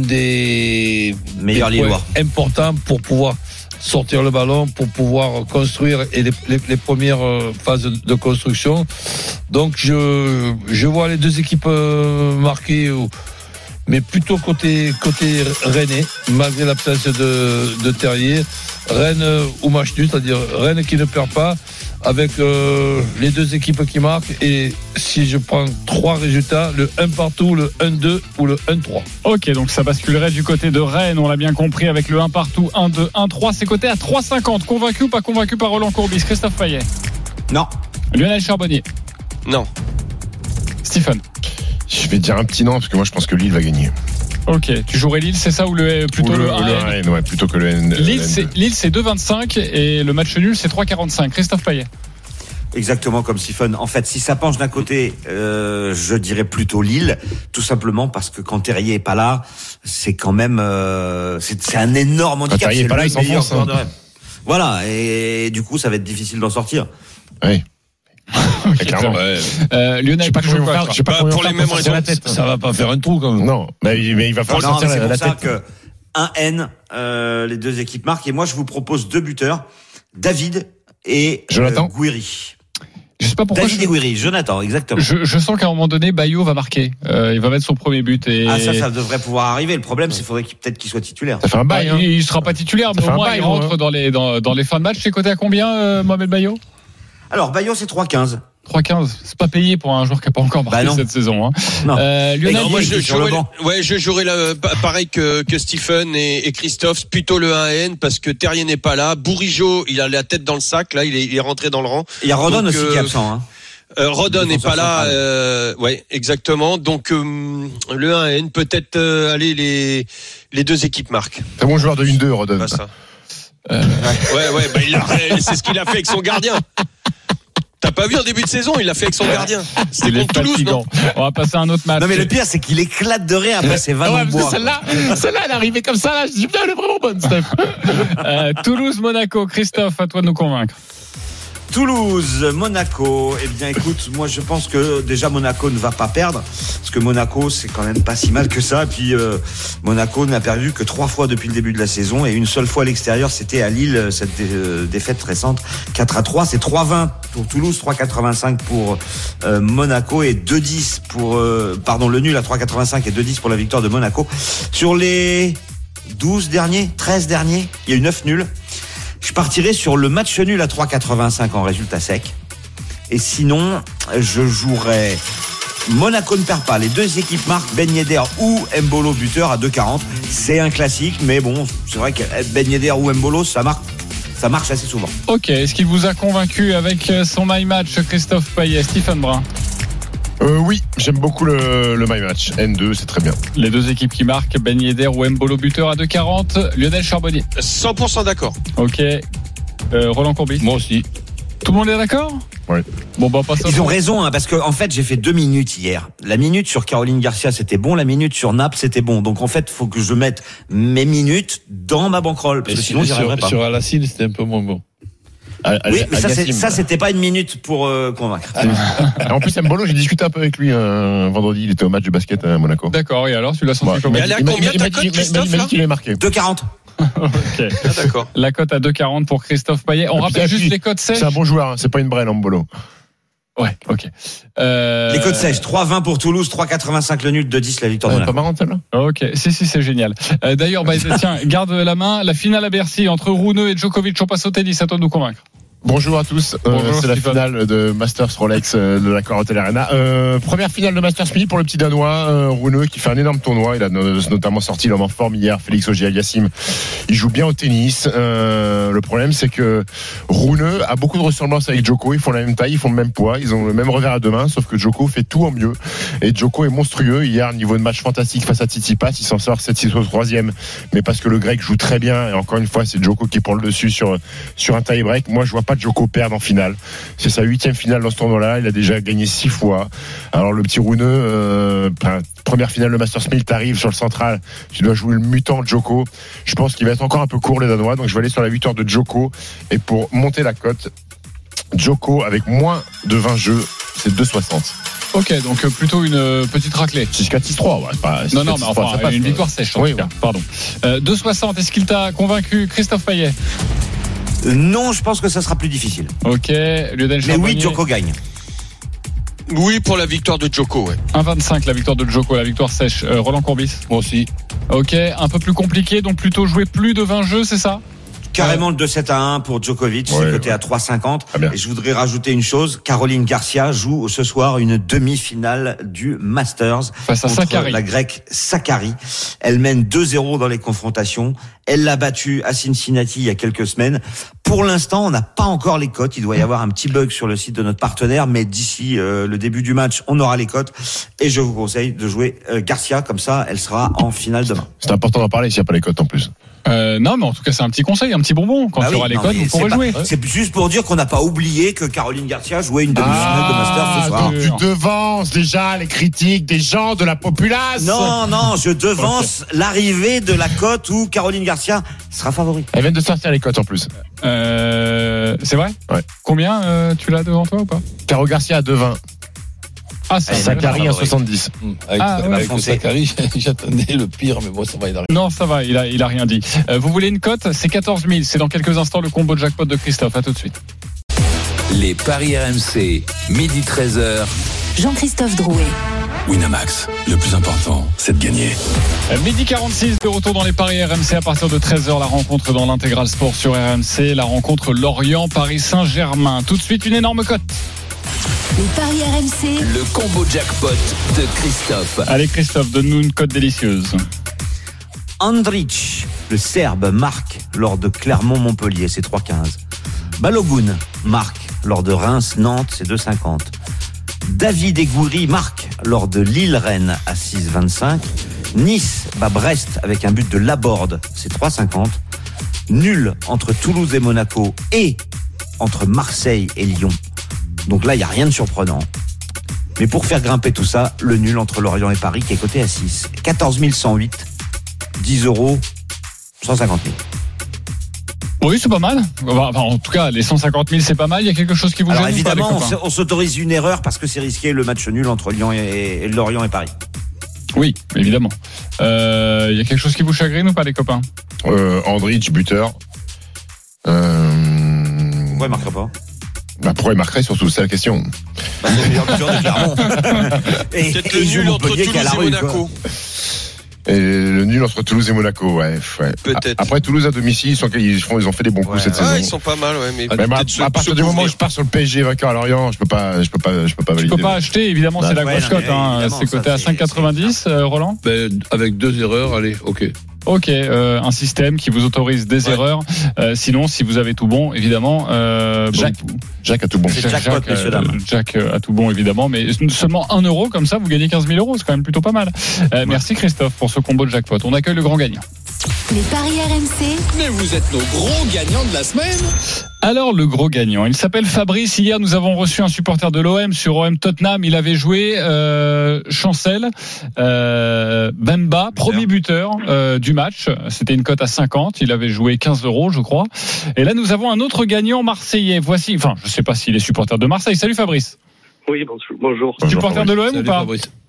des meilleurs lillois importants pour pouvoir sortir le ballon, pour pouvoir construire et les, les, les premières phases de construction. Donc je je vois les deux équipes marquées, mais plutôt côté côté rennais, malgré l'absence de de Terrier. Rennes ou match nul, c'est-à-dire Rennes qui ne perd pas, avec euh, les deux équipes qui marquent, et si je prends trois résultats, le un partout, le un deux ou le un trois. Ok, donc ça basculerait du côté de Rennes, on l'a bien compris, avec le un partout, un deux, un trois, c'est coté à trois cinquante. Convaincu ou pas convaincu par Roland Courbis? Christophe Payet? Non. Lionel Charbonnier? Non. Stephen? Je vais dire un petit non, parce que moi je pense que Lille va gagner. Ok, tu jouerais Lille, c'est ça, ou le plutôt ou le, le un le N, ouais, plutôt que le N. Lille, c'est, Lille c'est deux vingt-cinq et le match nul c'est trois quarante-cinq. Christophe Payet? Exactement comme Stephen. En fait, si ça penche d'un côté, euh, je dirais plutôt Lille, tout simplement parce que quand Terrier est pas là, c'est quand même euh, c'est, c'est un énorme handicap. Quand Terrier est pas là, il s'enfonce. Hein. Voilà, et du coup, ça va être difficile d'en sortir. Oui. Okay, clairement. Ouais. Euh, Lionel, je sais pas comment quoi, faire, je sais pas bah, pour les mêmes raisons. La tête. Ça va pas faire un trou quand même. Non, mais, mais il va falloir non, sortir c'est la, pour la ça tête. que un N, euh, les deux équipes marquent. Et moi, je vous propose deux buteurs, David et Jonathan euh, Gouiri. Je sais pas pourquoi. David je... et Gouiri, Jonathan, exactement. Je, je sens qu'à un moment donné, Bayo va marquer. Euh, il va mettre son premier but. Et... Ah, ça, ça devrait pouvoir arriver. Le problème, c'est qu'il faudrait qu'il, peut-être qu'il soit titulaire. Ça fait un bail. Bah, Hein. Il, il sera pas titulaire, ça mais au moins bail, il rentre hein. dans les dans, dans les fins de match. C'est coté à combien, euh, Mohamed Bayo? Alors, Bayo, c'est trois quinze. trois quinze, c'est pas payé pour un joueur qui a pas encore marqué bah cette saison. Hein. Non. Euh, Lionel, non, moi je jouerais, ouais, je jouerais là, pareil que, que Stephen et, et Christophe, plutôt le un N parce que Terrier n'est pas là. Bourigeaud, il a la tête dans le sac, là, il est, il est rentré dans le rang. Il y a Rodon Donc, aussi euh, qui est absent. Hein. Euh, Rodon n'est pas là, euh, ouais, exactement. Donc euh, le un N, peut-être euh, aller les les deux équipes marquent. C'est un bon joueur de une deux, Rodon. Pas ça. Euh... Ouais, ouais, bah, il a, c'est ce qu'il a fait avec son gardien. T'as pas vu en début de saison, il l'a fait avec son gardien. C'était contre Toulouse, non? On va passer à un autre match. Non mais le pire, c'est qu'il éclate de rire après ses vannes ouais, en bois. Celle-là, celle-là, elle est arrivée comme ça. Là, je dis putain, elle est vraiment bonne, Steph. euh, Toulouse, Monaco. Christophe, à toi de nous convaincre. Toulouse, Monaco. Eh bien, écoute, moi, je pense que déjà Monaco ne va pas perdre, parce que Monaco, c'est quand même pas si mal que ça. Et puis, euh, Monaco n'a perdu que trois fois depuis le début de la saison, et une seule fois à l'extérieur, c'était à Lille, cette dé- euh, défaite récente, quatre à trois. C'est trois vingt pour Toulouse, trois quatre-vingt-cinq pour euh, Monaco, et deux dix pour, euh, pardon, le nul à trois quatre-vingt-cinq et deux dix pour la victoire de Monaco. Sur les douze derniers, treize derniers, il y a eu neuf nuls. Je partirai sur le match nul à trois quatre-vingt-cinq en résultat sec. Et sinon, je jouerai Monaco ne perd pas. Les deux équipes marquent, Ben Yedder ou Mbolo buteur à deux quarante. C'est un classique, mais bon, c'est vrai que Ben Yedder ou Mbolo, ça marque. Ça marche assez souvent. Ok, est-ce qu'il vous a convaincu avec son My Match, Christophe Payet, Stephen Brun? Euh, oui, j'aime beaucoup le, le My Match. N deux, c'est très bien. Les deux équipes qui marquent, Ben Yedder ou Mbolo buteur à deux quarante. Lionel Charbonnier. cent pour cent d'accord. Ok. Euh, Roland Courbis. Moi aussi. Tout le monde est d'accord? Oui. Bon, bah, passe Ils ont raison, hein, parce que en fait, j'ai fait deux minutes hier. La minute sur Caroline Garcia, c'était bon. La minute sur Naples, c'était bon. Donc en fait, il faut que je mette mes minutes dans ma banquerolle, parce que sinon, j'y arriverai pas. Sur Alassine, c'était un peu moins bon. Oui, mais ça, c'est, ça, c'était pas une minute pour euh, convaincre. En plus, Mbolo, j'ai discuté un peu avec lui euh, vendredi. Il était au match de basket à Monaco. D'accord, et alors, tu l'as senti ouais. comment? Mais elle a combien ta cote, Christophe, là? Il est marqué. deux quarante. Ok. Ah, d'accord. La cote à deux quarante pour Christophe Payet. On rappelle juste les cotes sèches. C'est un bon joueur, hein. C'est pas une brêle, Mbolo. Ouais, ok. Euh... Les cotes sèches, trois vingt pour Toulouse, trois quatre-vingt-cinq le nul, deux dix la victoire de Monaco. Pas marrant, celle-là. Ok, si, si, c'est génial. Euh, d'ailleurs, bah, tiens, garde la main. La finale à Bercy entre Rouneux et Djokovic, on passe au tennis. À toi de nous convaincre. Bonjour à tous, Bonjour, euh, c'est Stephen. la finale de Masters Rolex euh, de la Hotel Arena. Euh, première finale de Masters Mini pour le petit Danois euh, Rouneux qui fait un énorme tournoi. Il a no- notamment sorti l'homme en forme hier, Félix Auger-Aliassime. Il joue bien au tennis. Euh, le problème, c'est que Rouneux a beaucoup de ressemblances avec Djoko. Ils font la même taille, ils font le même poids, ils ont le même revers à deux mains, sauf que Djoko fait tout en mieux. Et Djoko est monstrueux. Hier, niveau de match fantastique face à Tsitsipas, il s'en sort sept six au troisième, mais parce que le Grec joue très bien. Et encore une fois, c'est Djoko qui prend le dessus sur sur un tie-break. Moi, je vois pas Djoko perdre en finale. C'est sa huitième finale dans ce tournoi-là. Il a déjà gagné six fois. Alors le petit Rouneux, euh, première finale de Masters mille, t'arrives sur le central, tu dois jouer le mutant Djoko. Je pense qu'il va être encore un peu court les Danois, donc je vais aller sur la victoire de Djoko. Et pour monter la cote, Djoko avec moins de vingt jeux, c'est deux soixante. Ok, donc euh, plutôt une euh, petite raclée. six quatre six trois, ouais. Pas, non, non, mais enfin, ça passe, une victoire sèche. En oui, tout cas. Ouais. Pardon. Euh, deux soixante, est-ce qu'il t'a convaincu, Christophe Payet? Non, je pense que ça sera plus difficile. Ok, Lionel Charbonnier. Mais oui, Djoko gagne. Oui, pour la victoire de Djoko, ouais. un vingt-cinq la victoire de Djoko, la victoire sèche. Euh, Roland Courbis. Moi aussi. Ok, un peu plus compliqué, donc plutôt jouer plus de vingt jeux, c'est ça? Carrément le deux sept à un pour Djokovic, ouais, c'est coté ouais. à trois cinquante. Ah bien. Et je voudrais rajouter une chose, Caroline Garcia joue ce soir une demi-finale du Masters face à contre Sakkari. la Grecque Sakkari. Elle mène deux zéro dans les confrontations. Elle l'a battue à Cincinnati il y a quelques semaines. Pour l'instant, on n'a pas encore les cotes. Il doit y avoir un petit bug sur le site de notre partenaire, mais d'ici euh, le début du match, on aura les cotes. Et je vous conseille de jouer euh, Garcia, comme ça, elle sera en finale demain. C'est important d'en parler s'il n'y a pas les cotes en plus. Euh, non, mais en tout cas, c'est un petit conseil, un petit bonbon. Quand bah tu oui, auras les non, codes, vous pourrez pas, jouer. C'est juste pour dire qu'on n'a pas oublié que Caroline Garcia jouait une demi-finale ah, de Masters ce soir. Tu devances déjà les critiques des gens de la populace. Non, non, je devance okay. l'arrivée de la cote où Caroline Garcia sera favorite. Elle vient de sortir les cotes en plus. Euh, c'est vrai? Ouais. Combien euh, tu l'as devant toi ou pas? Caro Garcia à deux vingt. Ah, c'est Sakari à soixante-dix. Mmh. Avec, ah, ouais, avec Sakari, j'attendais le pire, mais bon, ça va, il a rien. Non, ça va, il a, il a rien dit. Euh, vous voulez une cote? C'est quatorze mille. C'est dans quelques instants le combo jackpot de Christophe. À tout de suite. Les paris R M C, midi treize heures. Jean-Christophe Drouet. Winamax, le plus important, c'est de gagner. Euh, midi quarante-six, de retour dans les paris R M C à partir de treize heures. La rencontre dans l'intégral sport sur R M C. La rencontre Lorient-Paris Saint-Germain. Tout de suite, une énorme cote. Les paris R M C. Le combo jackpot de Christophe. Allez Christophe, donne-nous une cote délicieuse. Andrich, le Serbe, marque lors de Clermont-Montpellier, c'est trois quinze. Balogun marque lors de Reims-Nantes, c'est deux cinquante. David Egouri marque lors de Lille-Rennes à six vingt-cinq. Nice bat Brest avec un but de Laborde, c'est trois cinquante. Nul entre Toulouse et Monaco et entre Marseille et Lyon. Donc là, il n'y a rien de surprenant. Mais pour faire grimper tout ça, le nul entre Lorient et Paris qui est coté à six. quatorze mille cent huit, dix euros, cent cinquante mille. Oui, c'est pas mal. Enfin, en tout cas, les cent cinquante mille, c'est pas mal. Il y a quelque chose qui vous Alors gêne évidemment, ou pas, on s'autorise une erreur parce que c'est risqué le match nul entre Lyon et, et Lorient et Paris. Oui, évidemment. Euh, il y a quelque chose qui vous chagrine ou pas, les copains? euh, Andrich, buteur. Euh... Pourquoi il marquera pas? Bah pourquoi il marquerait surtout, c'est la question. Bah, c'est le meilleur buteur de Clermont. et, Peut-être et le nul entre Toulouse et rue, Monaco. Et le nul entre Toulouse et Monaco, ouais. ouais. Peut-être. Après Toulouse à domicile, ils, sont, ils, font, ils ont fait des bons coups ouais, cette ouais, saison. Ils sont pas mal, ouais. Mais, mais bah, à partir du moment où je pars sur le P S G vainqueur à Lorient, je peux pas, je peux pas, je peux pas valider. Tu peux pas acheter, évidemment, bah, c'est la ouais, grosse cote. Hein. C'est coté à cinq quatre-vingt-dix, euh, Roland. Ben, avec deux erreurs, allez, ok. Ok, euh, un système qui vous autorise des ouais. erreurs. Euh, sinon, si vous avez tout bon, évidemment. Euh, Jacques, bon, Jacques a tout bon. C'est Jacques, Jacques, Jacques, euh, Jacques a tout bon, évidemment. Mais seulement un euro, comme ça, vous gagnez quinze mille euros. C'est quand même plutôt pas mal. Euh, ouais. Merci Christophe pour ce combo de jackpot. On accueille le grand gagnant. Les paris R M C. Mais vous êtes nos gros gagnants de la semaine. Alors le gros gagnant, il s'appelle Fabrice. Hier nous avons reçu un supporter de l'O M sur O M Tottenham. Il avait joué euh, Chancel, euh, Bemba, premier buteur euh, du match. C'était une cote à cinquante. Il avait joué quinze euros, je crois. Et là nous avons un autre gagnant marseillais. Voici, enfin je ne sais pas s'il est supporter de Marseille. Salut Fabrice. Oui, bonjour. Supporter de l'O M ou pas?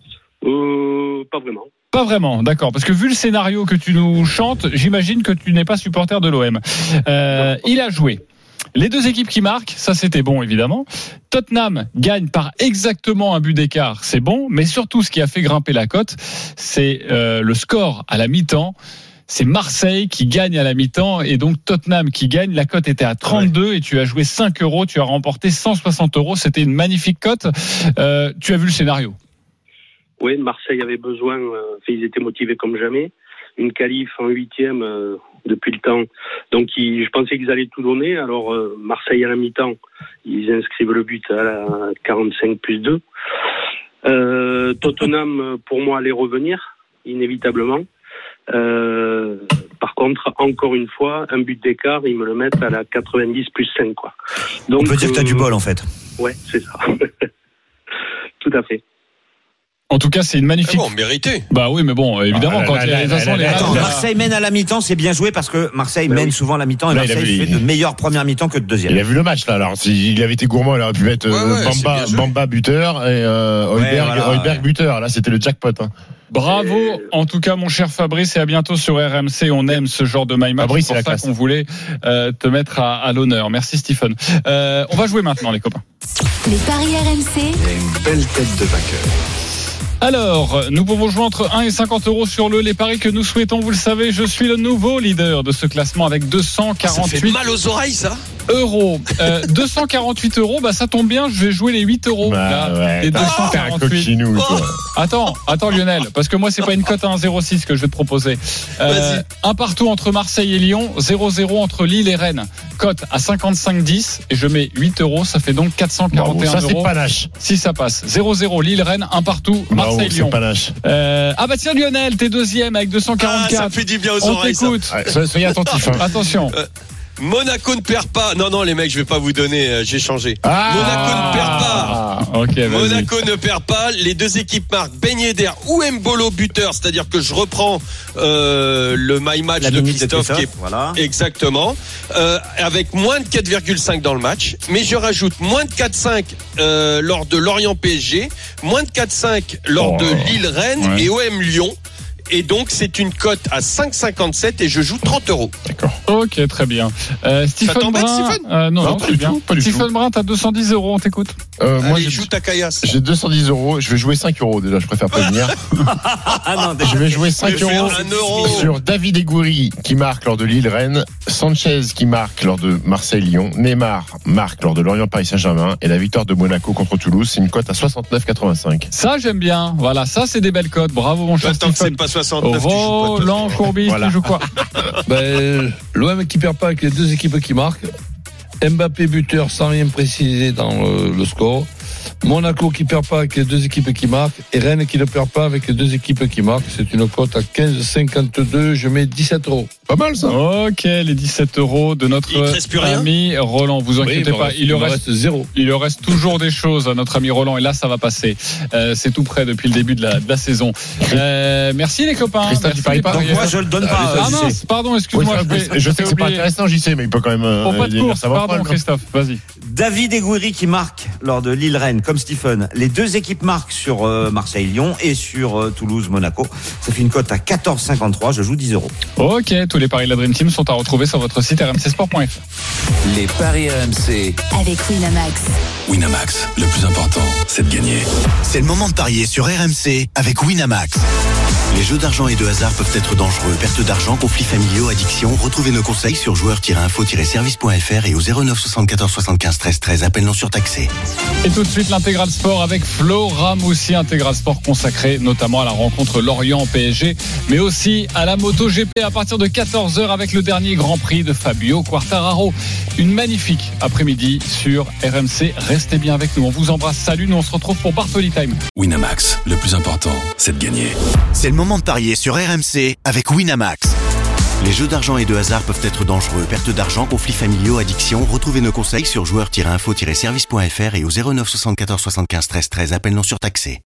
euh, Pas vraiment. Pas vraiment, d'accord. Parce que vu le scénario que tu nous chantes, j'imagine que tu n'es pas supporter de l'O M. Euh, il a joué. Les deux équipes qui marquent, ça c'était bon évidemment. Tottenham gagne par exactement un but d'écart, c'est bon. Mais surtout, ce qui a fait grimper la cote, c'est euh, le score à la mi-temps. C'est Marseille qui gagne à la mi-temps et donc Tottenham qui gagne. La cote était à trente-deux ouais. et tu as joué cinq euros. Tu as remporté cent soixante euros. C'était une magnifique cote. Euh, tu as vu le scénario? Oui, Marseille avait besoin, euh, ils étaient motivés comme jamais. Une qualif en huitième euh, depuis le temps. Donc ils, je pensais qu'ils allaient tout donner. Alors euh, Marseille à la mi-temps, ils inscrivent le but à la quarante-cinq plus deux. Euh, Tottenham, pour moi, allait revenir, inévitablement. Euh, par contre, encore une fois, un but d'écart, ils me le mettent à la quatre-vingt-dix plus cinq. Quoi. Donc, on peut dire que tu as du bol en fait. Ouais, c'est ça. Tout à fait. En tout cas, c'est une magnifique. Ah bon, mérité. Bah oui, mais bon, évidemment, ah, quand il y a les façons, les Attends, Marseille mène à la mi-temps, c'est bien joué parce que Marseille bah mène oui. souvent à la mi-temps et là, Marseille vu, fait il... de meilleures premières mi-temps que de deuxième. Il a vu le match là. Alors, s'il avait été gourmand, il aurait pu mettre ouais, ouais, Bamba, Bamba buteur et euh, Heuberg, ouais, voilà, Heuberg ouais. buteur. Là, c'était le jackpot. Hein. Bravo, et... en tout cas, mon cher Fabrice, et à bientôt sur R M C. On aime ce genre de my match. Fabrice, c'est pour ça classe. qu'on voulait euh, te mettre à, à l'honneur. Merci, Stephen. Euh, on va jouer maintenant, les copains. Les paris R M C. Il y a une belle tête de vainqueur. Alors, nous pouvons jouer entre un et cinquante euros sur le les paris que nous souhaitons. Vous le savez, je suis le nouveau leader de ce classement avec deux cent quarante-huit. Ça fait mal aux oreilles, ça. Euros. Euh, deux cent quarante-huit euros, bah ça tombe bien, je vais jouer les huit euros. Bah, là, ouais, les deux cent quarante-huit. Chinou, oh attends, attends Lionel, parce que moi c'est pas une cote à un virgule zéro six que je vais te proposer. Euh, un partout entre Marseille et Lyon, zéro zéro entre Lille et Rennes. Cote à cinquante-cinq dix et je mets huit euros, ça fait donc quatre cent quarante et un Bravo, ça, euros. C'est panache. Si ça passe. zéro zéro Lille-Rennes, un partout. Bravo. Marseille-Lyon. Panache. Euh, ah bah tiens Lionel, t'es deuxième avec deux cent quarante-quatre. Ah, ça fait du bien aux On oreilles. t'écoute. Ouais, soyez attentifs. Hein. Attention. Euh, Monaco ne perd pas. Non, non, les mecs, je vais pas vous donner. euh, J'ai changé. Ah Monaco ne perd pas. Ah, ok, vas-y. Monaco ne perd pas. Les deux équipes marquent Ben Yedder ou Mbolo buteur, c'est-à-dire que je reprends euh, le my match La de minute de Christophe, qui est Christophe, voilà. exactement euh, avec moins de quatre virgule cinq dans le match. Mais je rajoute moins de quatre virgule cinq euh, lors de Lorient P S G, moins de quatre virgule cinq lors Oh. de Lille Rennes Ouais. et O M Lyon. Et donc c'est une cote à cinq virgule cinquante-sept et je joue trente euros. Ok, très bien. Euh, Stephen t'embête, Brun. Stephen euh, non, Non, non, pas très du bien. tout, pas du Stephen tout. Brun, t'as deux cent dix euros, on t'écoute. Euh, moi, Allez, j'ai, joue ta caillasse. j'ai deux cent dix euros. Je vais jouer cinq euros déjà. Je préfère prévenir. Ah non, déjà. Je vais jouer cinq Je vais faire euros un euro. sur David Egouri qui marque lors de Lille-Rennes, Sanchez qui marque lors de Marseille-Lyon, Neymar marque lors de Lorient-Paris Saint-Germain et la victoire de Monaco contre Toulouse. C'est une cote à soixante-neuf virgule quatre-vingt-cinq. Ça, j'aime bien. Voilà, ça, c'est des belles cotes. Bravo, mon cher Attends que c'est Stephen. pas soixante-neuf. tu joues pas, toi. Roland Courbis, Voilà. tu joues quoi? Ben, l'O M qui perd pas avec les deux équipes qui marquent. Mbappé buteur sans rien préciser dans le, le score. Monaco qui perd pas avec les deux équipes qui marquent. Et Rennes qui ne perd pas avec les deux équipes qui marquent. C'est une cote à quinze virgule cinquante-deux. Je mets dix-sept euros. Pas mal ça. Ok, les dix-sept euros de notre Il te reste plus rien ami Roland. Vous Oui, inquiétez me pas, reste- il lui me reste, reste zéro. il lui reste toujours des choses à notre ami Roland. Et là, ça va passer. Euh, c'est tout près depuis le début de la, de la saison. Euh, merci les copains. Christophe, tu Merci paries les pas parieurs. Donc moi, je le donne pas. Ah euh, mince, c'est- pardon, Oui, excuse-moi. ça, je vais- je sais que c'est pas oublié. intéressant, j'y sais, mais il peut quand même. euh, Pour pas de dire course, ça va pardon pas, Christophe, vas-y. David Egouri qui marque lors de Lille-Rennes, comme Stephen. Les deux équipes marquent sur euh, Marseille-Lyon et sur euh, Toulouse-Monaco. Ça fait une cote à quatorze virgule cinquante-trois. Je joue dix euros. Ok, tous les paris de la Dream Team sont à retrouver sur votre site r m c sport point f r. Les paris R M C. Avec Winamax. Winamax, le plus important, c'est de gagner. C'est le moment de parier sur R M C avec Winamax. Les jeux d'argent et de hasard peuvent être dangereux. Perte d'argent, conflits familiaux, addiction. Retrouvez nos conseils sur joueurs tiret info tiret service point f r et au zéro neuf soixante-quatorze soixante-quinze treize treize. Appel non surtaxé. Et tout de suite l'intégral sport avec Flo Ramoussi, intégral sport consacré notamment à la rencontre Lorient P S G, mais aussi à la Moto G P à partir de quatorze heures avec le dernier Grand Prix de Fabio Quartararo. Une magnifique après-midi sur R M C. Restez bien avec nous. On vous embrasse. Salut. Nous on se retrouve pour Bartoli Time. Winamax, le plus important, c'est de gagner. C'est le moment de parier sur R M C avec Winamax. Les jeux d'argent et de hasard peuvent être dangereux. Perte d'argent, conflits familiaux, addiction. Retrouvez nos conseils sur joueurs tiret info tiret service point f r et au zéro neuf soixante-quatorze soixante-quinze treize treize. Appel non surtaxé.